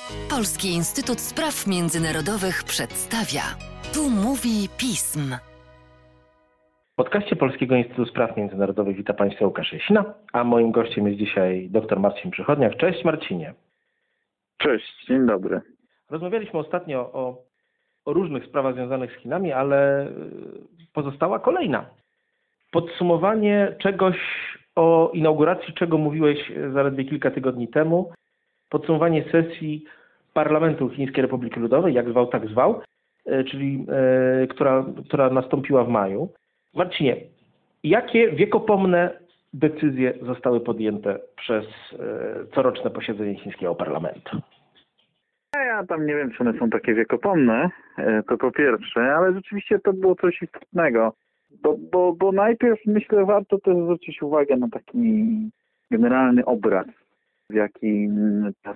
Polski Instytut Spraw Międzynarodowych przedstawia. Tu mówi pism. W podcaście Polskiego Instytutu Spraw Międzynarodowych witam Państwa Łukasz Jasina, a moim gościem jest dzisiaj dr Marcin Przychodniak. Cześć Marcinie. Cześć, dzień dobry. Rozmawialiśmy ostatnio o różnych sprawach związanych z Chinami, ale pozostała kolejna. Podsumowanie czegoś o inauguracji, czego mówiłeś zaledwie kilka tygodni temu. Podsumowanie sesji Parlamentu Chińskiej Republiki Ludowej, jak zwał, tak zwał, czyli która nastąpiła w maju. Marcinie, jakie wiekopomne decyzje zostały podjęte przez coroczne posiedzenie chińskiego parlamentu? Ja tam nie wiem, czy one są takie wiekopomne, to po pierwsze, ale rzeczywiście to było coś istotnego, bo najpierw myślę, warto też zwrócić uwagę na taki generalny obraz, w jaki ta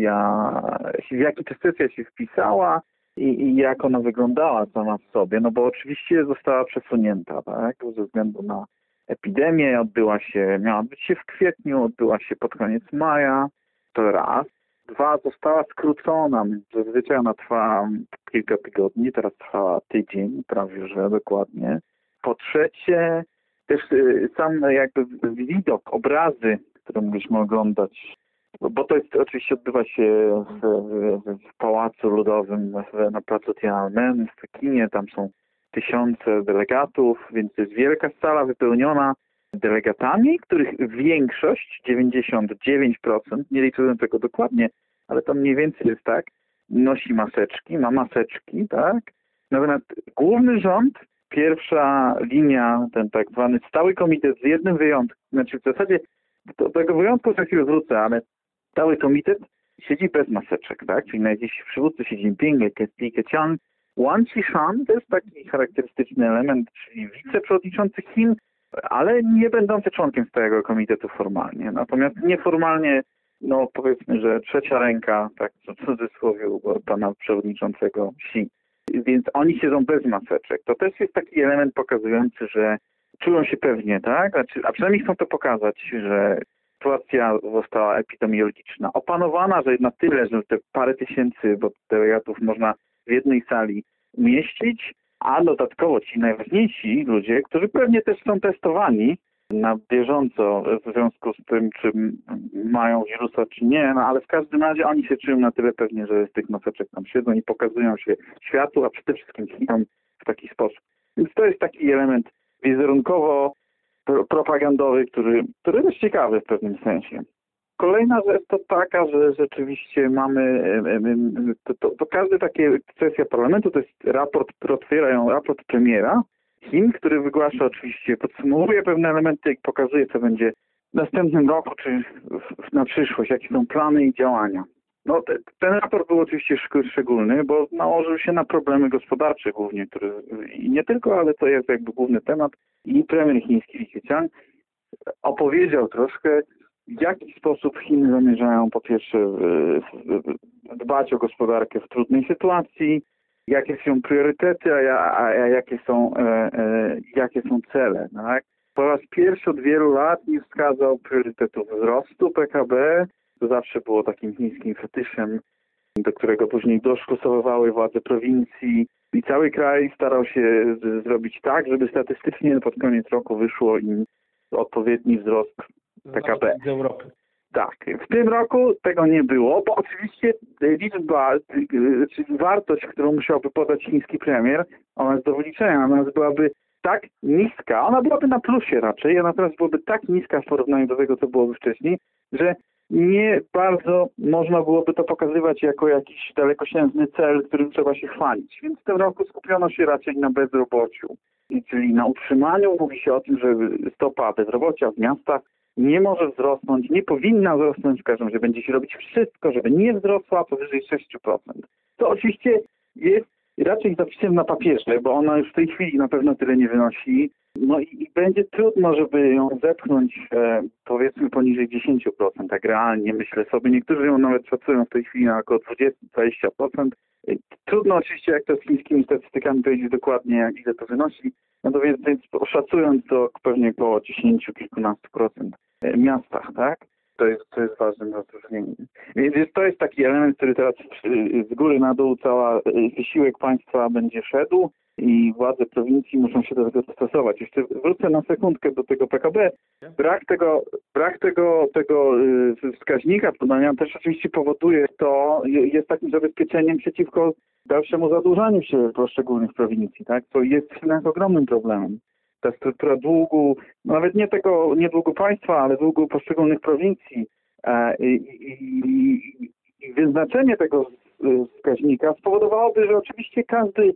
sesja się wpisała i jak ona wyglądała sama w sobie, no bo oczywiście została przesunięta, tak, ze względu na epidemię, miała odbyć się w kwietniu, odbyła się pod koniec maja, to raz. Dwa, została skrócona, zazwyczaj ona trwa kilka tygodni, teraz trwa tydzień, prawie że dokładnie. Po trzecie, też sam jakby widok, obrazy, które mogliśmy oglądać, bo to jest oczywiście odbywa się w Pałacu Ludowym na placu Tiananmen w Pekinie, tam są tysiące delegatów, więc to jest wielka sala wypełniona delegatami, których większość, 99%, nie liczyłem tego dokładnie, ale to mniej więcej jest tak, nosi maseczki, ma maseczki, tak? Natomiast główny rząd, pierwsza linia, ten tak zwany stały komitet z jednym wyjątkiem, znaczy w zasadzie do tego wyjątku za chwilę wrócę, ale stały komitet siedzi bez maseczek, tak? Czyli najwyższy przywódca Xi Jinping, Li Keqiang, Wang Qishan, to jest taki charakterystyczny element, czyli wiceprzewodniczący Chin, ale nie będący członkiem stałego komitetu formalnie. Natomiast nieformalnie, no powiedzmy, że trzecia ręka, tak w cudzysłowie, pana przewodniczącego Xi. Więc oni siedzą bez maseczek. To też jest taki element pokazujący, że czują się pewnie, tak? A przynajmniej chcą to pokazać, że sytuacja została epidemiologiczna opanowana, że na tyle, że te parę tysięcy delegatów można w jednej sali umieścić, a dodatkowo ci najważniejsi ludzie, którzy pewnie też są testowani na bieżąco w związku z tym, czy mają wirusa, czy nie, no ale w każdym razie oni się czują na tyle pewnie, że z tych maseczek tam siedzą i pokazują się światu, a przede wszystkim Chinom w taki sposób. Więc to jest taki element wizerunkowo-propagandowy, który jest ciekawy w pewnym sensie. Kolejna rzecz to taka, że rzeczywiście mamy, to każda taka sesja parlamentu to jest raport premiera Chin, który wygłasza oczywiście, podsumowuje pewne elementy i pokazuje, co będzie w następnym roku, czy na przyszłość, jakie są plany i działania. No, ten raport był oczywiście szczególny, bo nałożył się na problemy gospodarcze głównie, i nie tylko, ale to jest jakby główny temat. I premier chiński Li Keqiang opowiedział troszkę, w jaki sposób Chiny zamierzają po pierwsze dbać o gospodarkę w trudnej sytuacji, jakie są priorytety, a jakie są cele. Tak? Po raz pierwszy od wielu lat nie wskazał priorytetów wzrostu PKB. To zawsze było takim chińskim fetyszem, do którego później doszkosowywały władze prowincji i cały kraj starał się zrobić tak, żeby statystycznie pod koniec roku wyszło im odpowiedni wzrost PKB. Z Europy. Tak. W tym roku tego nie było, bo oczywiście liczba, czyli wartość, którą musiałby podać chiński premier, ona jest do wyliczenia, ona byłaby tak niska, ona byłaby na plusie raczej, a natomiast byłaby tak niska w porównaniu do tego, co byłoby wcześniej, że nie bardzo można byłoby to pokazywać jako jakiś dalekosiężny cel, którym trzeba się chwalić. Więc w tym roku skupiono się raczej na bezrobociu, czyli na utrzymaniu. Mówi się o tym, że stopa bezrobocia w miastach nie może wzrosnąć, nie powinna wzrosnąć, w każdym razie będzie się robić wszystko, żeby nie wzrosła powyżej 6%. To oczywiście jest raczej zapisem na papierze, bo ona już w tej chwili na pewno tyle nie wynosi. No i będzie trudno, żeby ją zepchnąć powiedzmy poniżej 10%, tak realnie myślę sobie. Niektórzy ją nawet szacują w tej chwili na około 20-20%. Trudno oczywiście, jak to z chińskimi statystykami powiedzieć dokładnie, ile to wynosi. No to więc szacując to pewnie około 10, kilkunastu procent w miastach, tak? to jest ważnym rozróżnieniem. Więc to jest taki element, który teraz z góry na dół wysiłek państwa będzie szedł i władze prowincji muszą się do tego dostosować. Jeszcze wrócę na sekundkę do tego PKB. Brak tego wskaźnika podania też oczywiście powoduje jest takim zabezpieczeniem przeciwko dalszemu zadłużaniu się poszczególnych prowincji, tak? To jest jednak ogromnym problemem. Ta struktura długu, nawet nie długu państwa, ale długu poszczególnych prowincji i wyznaczenie tego wskaźnika spowodowałoby, że oczywiście każdy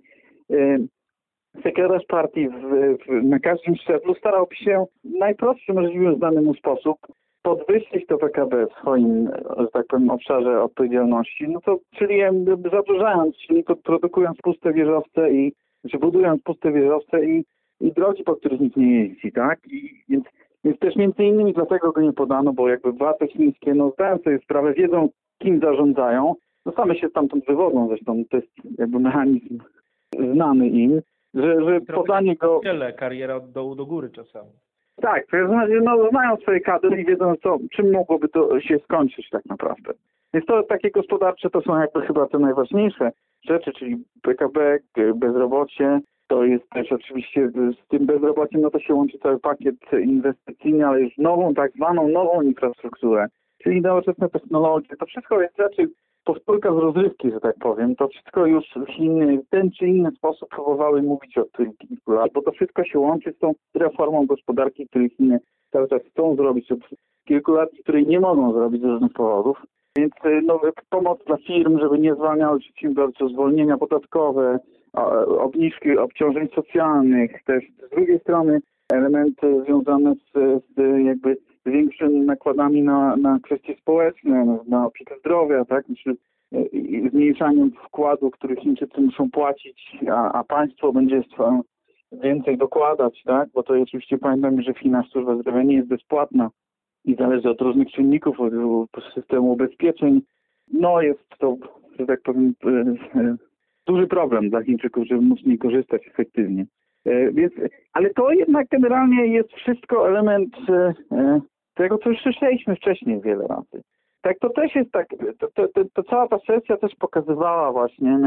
sekretarz partii na każdym szczeblu starałby się w najprostszy możliwy znany mu sposób podwyższyć to PKB w swoim, że tak powiem, obszarze odpowiedzialności, czyli zadłużając, czyli produkując puste wieżowce czy budując puste wieżowce i drogi, po których nikt nie jeździ, tak? Więc też między innymi dlatego go nie podano, bo jakby władze chińskie, zdają sobie sprawę, wiedzą, kim zarządzają, same się stamtąd wywodzą, zresztą to jest jakby mechanizm znany im, że podanie go... Kariera od dołu do góry czasami. Tak, znają swoje kadry i wiedzą, czym mogłoby to się skończyć tak naprawdę. Więc to takie gospodarcze to są jakby chyba te najważniejsze rzeczy, czyli PKB, bezrobocie. To jest też oczywiście z tym bezrobociem, to się łączy cały pakiet inwestycyjny, ale już tak zwaną nową infrastrukturę, czyli nowoczesne technologie. To wszystko jest rzeczy, powtórka z rozrywki, że tak powiem. To wszystko już Chiny w ten czy inny sposób próbowały mówić od kilku lat, bo to wszystko się łączy z tą reformą gospodarki, której Chiny cały czas chcą zrobić od kilku lat i której nie mogą zrobić z różnych powodów. Więc pomoc dla firm, żeby nie zwalniały przedsiębiorców, zwolnienia podatkowe, obniżki obciążeń socjalnych, też z drugiej strony elementy związane z jakby większymi nakładami na kwestie społeczne, na opiekę zdrowia, tak? Zmniejszaniem wkładu, który Chińczycy muszą płacić, a państwo będzie więcej dokładać, tak? Bo to oczywiście pamiętamy, że w Chinach służba zdrowia nie jest bezpłatna i zależy od różnych czynników, od systemu ubezpieczeń. Jest to, że tak powiem, duży problem dla Chińczyków, żeby móc z niej korzystać efektywnie. Ale to jednak generalnie jest wszystko element tego, co już słyszeliśmy wcześniej wiele razy. Tak, to też jest tak, to cała ta sesja też pokazywała właśnie,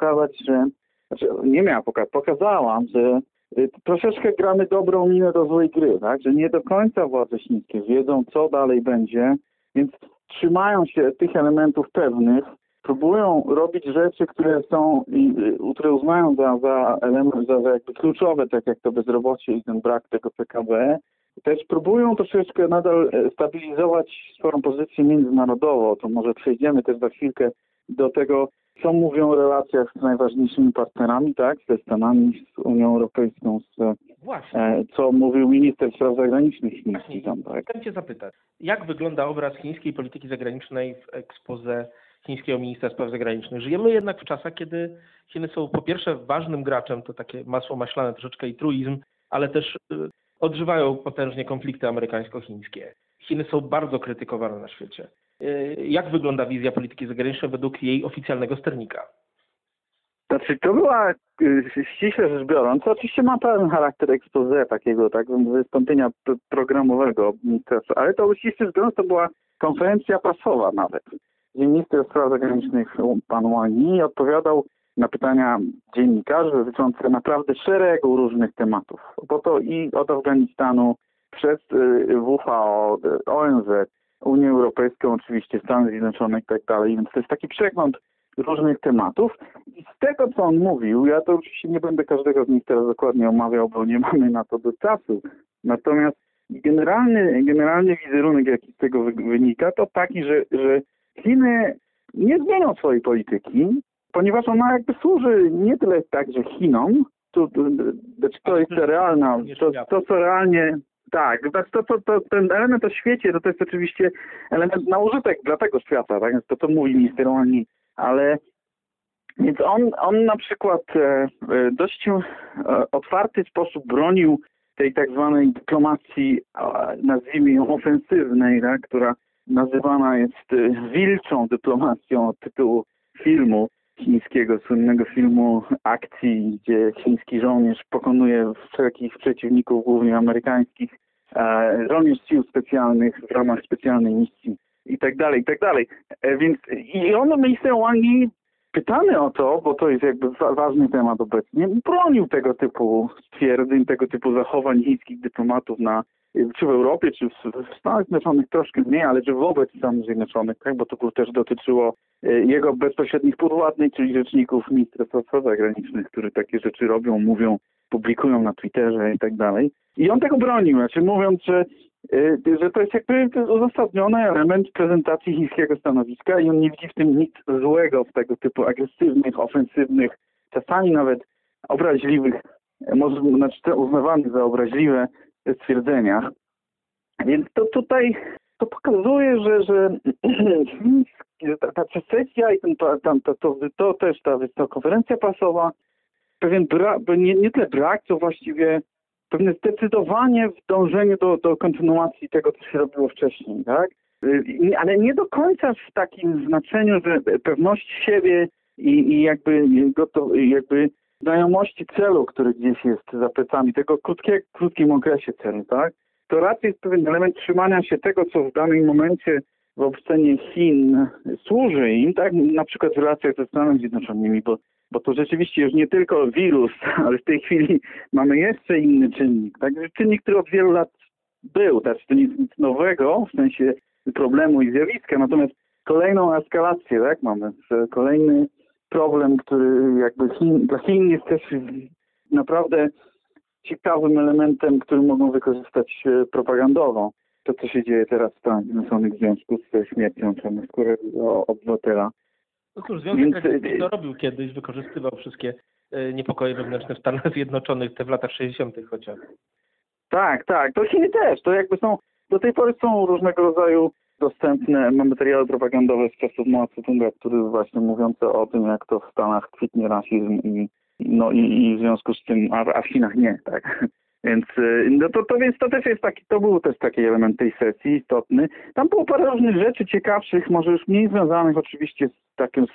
pokazała, że troszeczkę gramy dobrą minę do złej gry, tak? Że nie do końca władze chińskie wiedzą, co dalej będzie, więc trzymają się tych elementów pewnych, próbują robić rzeczy, które uznają za jakby kluczowe, tak jak to bezrobocie i ten brak tego PKB. Też próbują troszeczkę nadal stabilizować swoją pozycję międzynarodową. To może przejdziemy też za chwilkę do tego, co mówią o relacjach z najważniejszymi partnerami, tak? Ze Stanami, z Unią Europejską, co mówił minister spraw zagranicznych chiński tam, tak? Chcę cię zapytać, jak wygląda obraz chińskiej polityki zagranicznej w exposé chińskiego ministra spraw zagranicznych? Żyjemy jednak w czasach, kiedy Chiny są po pierwsze ważnym graczem, to takie masło maślane troszeczkę i truizm, ale też odżywają potężnie konflikty amerykańsko-chińskie. Chiny są bardzo krytykowane na świecie. Jak wygląda wizja polityki zagranicznej według jej oficjalnego sternika? Znaczy, to była, ściśle rzecz biorąc, oczywiście ma pewien charakter exposé takiego, tak, wystąpienia programowego ministerstwa, ale to ściśle rzecz biorąc to była konferencja prasowa nawet, gdzie minister spraw zagranicznych pan Wang Yi odpowiadał na pytania dziennikarzy dotyczące naprawdę szeregu różnych tematów. Bo to i od Afganistanu, przez WHO, ONZ, Unię Europejską, oczywiście Stany Zjednoczone i tak dalej. Więc to jest taki przegląd różnych tematów. I z tego, co on mówił, ja to oczywiście nie będę każdego z nich teraz dokładnie omawiał, bo nie mamy na to do czasu. Natomiast generalny wizerunek, jaki z tego wynika, to taki, że Chiny nie zmienią swojej polityki, ponieważ ona jakby służy nie tyle także Chinom, to jest realna, to co realnie, tak, ten element o świecie, to jest oczywiście element na użytek dla tego świata, tak, to mówi minister Wang Yi, ale więc on na przykład dość otwarty sposób bronił tej tak zwanej dyplomacji, nazwijmy ją ofensywnej, tak, która nazywana jest wilczą dyplomacją od tytułu filmu chińskiego, słynnego filmu akcji, gdzie chiński żołnierz pokonuje wszelkich przeciwników, głównie amerykańskich, żołnierz sił specjalnych w ramach specjalnej misji i tak dalej, i tak dalej. Więc i on, minister Wang Yi, pytany o to, bo to jest jakby ważny temat obecnie, bronił tego typu stwierdzeń, tego typu zachowań chińskich dyplomatów czy w Europie, czy w Stanach Zjednoczonych troszkę mniej, ale że wobec Stanów Zjednoczonych, tak, bo to też dotyczyło jego bezpośrednich podwładnych, czyli rzeczników Ministerstwa Spraw Zagranicznych, którzy takie rzeczy robią, mówią, publikują na Twitterze i tak dalej. I on tego bronił, znaczy mówiąc, że to jest jakby uzasadniony element prezentacji chińskiego stanowiska i on nie widzi w tym nic złego w tego typu agresywnych, ofensywnych, czasami nawet obraźliwych, znaczy uznawanych za obraźliwe stwierdzeniach. Więc to tutaj to pokazuje, że ta secesja i to też ta konferencja prasowa, pewien nie tyle brak, co właściwie pewne zdecydowanie w dążeniu do kontynuacji tego, co się robiło wcześniej, tak? Ale nie do końca w takim znaczeniu, że pewność siebie i jakby znajomości celu, który gdzieś jest za plecami, tego krótkim okresie celu, tak? To raczej jest pewien element trzymania się tego, co w danym momencie w ocenie Chin służy im, tak? Na przykład w relacjach ze Stanami Zjednoczonymi, bo to rzeczywiście już nie tylko wirus, ale w tej chwili mamy jeszcze inny czynnik. Tak? Czynnik, który od wielu lat był, tak? To nic nowego w sensie problemu i zjawiska, natomiast kolejną eskalację, tak? Mamy kolejny problem, który jakby dla Chin jest też naprawdę ciekawym elementem, który mogą wykorzystać propagandowo. To, co się dzieje teraz w Stanach Zjednoczonych w związku z śmiercią czarnoskórego obywatela. No cóż, Związek Radziecki to robił kiedyś, wykorzystywał wszystkie niepokoje wewnętrzne w Stanach Zjednoczonych, te w latach 60. chociaż. Tak. To Chiny też. To jakby do tej pory są różnego rodzaju dostępne materiały propagandowe z czasów Mao Tse-tunga, które właśnie mówiące o tym, jak to w Stanach kwitnie rasizm i w związku z tym, a w Chinach nie, tak. Więc to też jest to był też taki element tej sesji istotny. Tam było parę różnych rzeczy ciekawszych, może już mniej związanych oczywiście z takim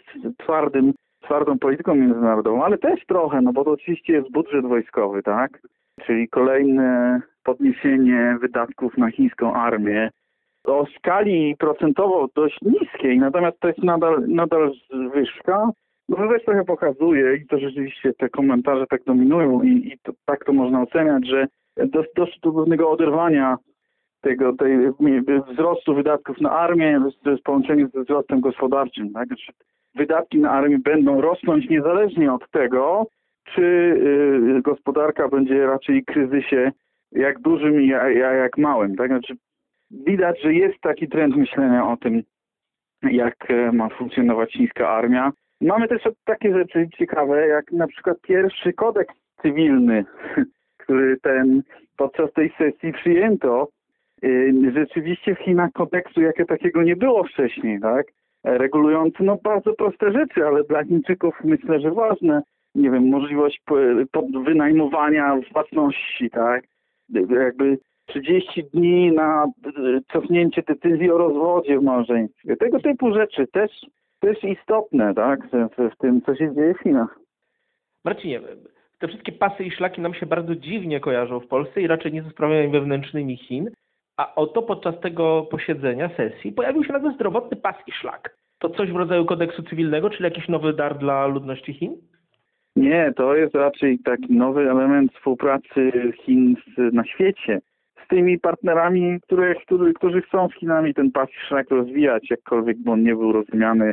twardą polityką międzynarodową, ale też trochę, no bo to oczywiście jest budżet wojskowy, tak? Czyli kolejne podniesienie wydatków na chińską armię o skali procentowo dość niskiej, natomiast to jest nadal zwyżka. No to też trochę pokazuje i to rzeczywiście te komentarze tak dominują i tak to można oceniać, że doszło do pewnego oderwania tej wzrostu wydatków na armię w połączeniu ze wzrostem gospodarczym. Tak? Znaczy, wydatki na armię będą rosnąć niezależnie od tego, czy gospodarka będzie raczej w kryzysie jak dużym i jak małym. Tak? Znaczy, widać, że jest taki trend myślenia o tym, jak ma funkcjonować chińska armia. Mamy też takie rzeczy ciekawe, jak na przykład pierwszy kodeks cywilny, który podczas tej sesji przyjęto. Rzeczywiście w Chinach kodeksu jakie takiego nie było wcześniej, tak? Regulujący bardzo proste rzeczy, ale dla Chińczyków myślę, że ważne. Nie wiem, możliwość wynajmowania własności, tak? Jakby 30 dni na cofnięcie decyzji o rozwodzie w małżeństwie. Tego typu rzeczy też istotne, tak? W tym, co się dzieje w Chinach. Marcinie, te wszystkie pasy i szlaki nam się bardzo dziwnie kojarzą w Polsce i raczej nie ze sprawami wewnętrznymi Chin. A oto podczas tego posiedzenia, sesji, pojawił się nagle zdrowotny pas i szlak. To coś w rodzaju kodeksu cywilnego, czyli jakiś nowy dar dla ludności Chin? Nie, to jest raczej taki nowy element współpracy Chin na świecie. Z tymi partnerami, którzy chcą z Chinami ten pas i szlak rozwijać, jakkolwiek on nie był rozumiany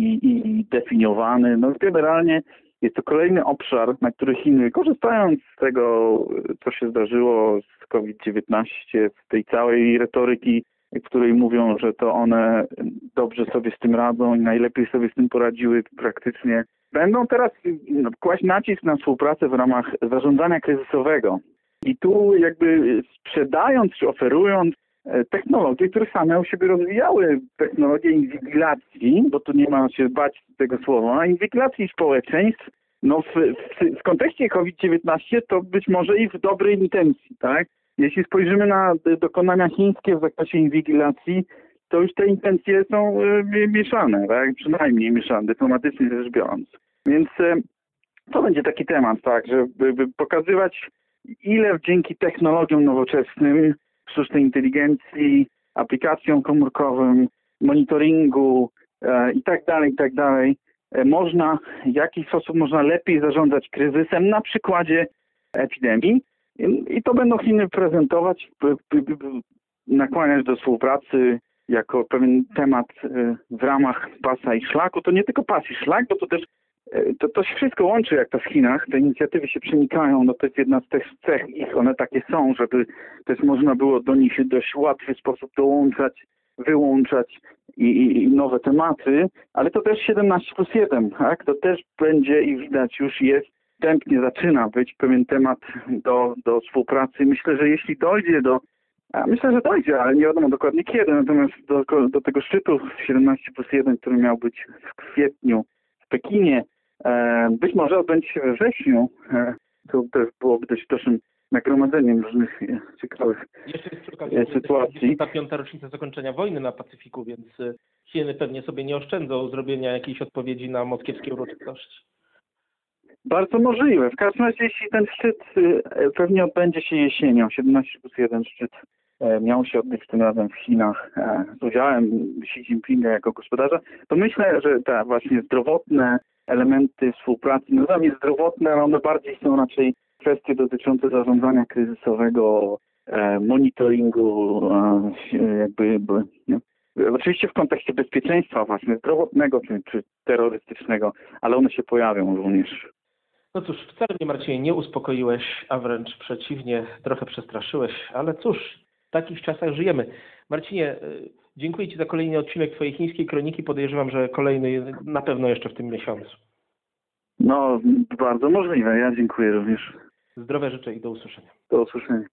i definiowany. No generalnie jest to kolejny obszar, na który Chiny, korzystając z tego, co się zdarzyło z COVID-19, z tej całej retoryki, w której mówią, że to one dobrze sobie z tym radzą i najlepiej sobie z tym poradziły praktycznie, będą teraz kłaść nacisk na współpracę w ramach zarządzania kryzysowego. I tu jakby sprzedając czy oferując technologie, które same u siebie rozwijały, technologie inwigilacji, bo tu nie ma się bać tego słowa, inwigilacji społeczeństw, w kontekście COVID-19 to być może i w dobrej intencji, tak? Jeśli spojrzymy na dokonania chińskie w zakresie inwigilacji, to już te intencje są mieszane, tak? Przynajmniej mieszane, dyplomatycznie rzecz biorąc. Więc to będzie taki temat, tak, żeby pokazywać, ile dzięki technologiom nowoczesnym sztucznej inteligencji, aplikacjom komórkowym, monitoringu i tak dalej, można, w jaki sposób można lepiej zarządzać kryzysem na przykładzie epidemii. I to będą Chiny prezentować, nakłaniać do współpracy jako pewien temat w ramach pasa i szlaku. To nie tylko pas i szlak, bo to też to się wszystko łączy jak to w Chinach. Te inicjatywy się przenikają, no to jest jedna z tych cech ich, one takie są, żeby też można było do nich w dość łatwy sposób dołączać, wyłączać i nowe tematy, ale to też 17+1, tak? To też będzie i widać już jest, wstępnie zaczyna być pewien temat do współpracy. Myślę, że jeśli dojdzie myślę, że dojdzie, ale nie wiadomo dokładnie kiedy, natomiast do tego szczytu 17+1, który miał być w kwietniu w Pekinie, być może odbędzie się we wrześniu. To też byłoby dość dużym nagromadzeniem różnych ciekawych Jeszcze jest przy okazji sytuacji. ta 5. rocznica zakończenia wojny na Pacyfiku, więc Chiny pewnie sobie nie oszczędzą zrobienia jakiejś odpowiedzi na moskiewskie uroczystości. Bardzo możliwe. W każdym razie, jeśli ten szczyt pewnie odbędzie się jesienią, 17+1 szczyt miał się odbyć tym razem w Chinach z udziałem Xi Jinpinga jako gospodarza, to myślę, że te właśnie zdrowotne elementy współpracy, no dla mnie zdrowotne, ale one bardziej są raczej kwestie dotyczące zarządzania kryzysowego, monitoringu, oczywiście w kontekście bezpieczeństwa właśnie zdrowotnego czy terrorystycznego, ale one się pojawią również. No cóż, wcale mnie, Marcinie, nie uspokoiłeś, a wręcz przeciwnie, trochę przestraszyłeś, ale cóż, w takich czasach żyjemy. Marcinie, dziękuję Ci za kolejny odcinek Twojej chińskiej kroniki. Podejrzewam, że kolejny na pewno jeszcze w tym miesiącu. No, bardzo możliwe. Ja dziękuję również. Zdrowia życzę i do usłyszenia. Do usłyszenia.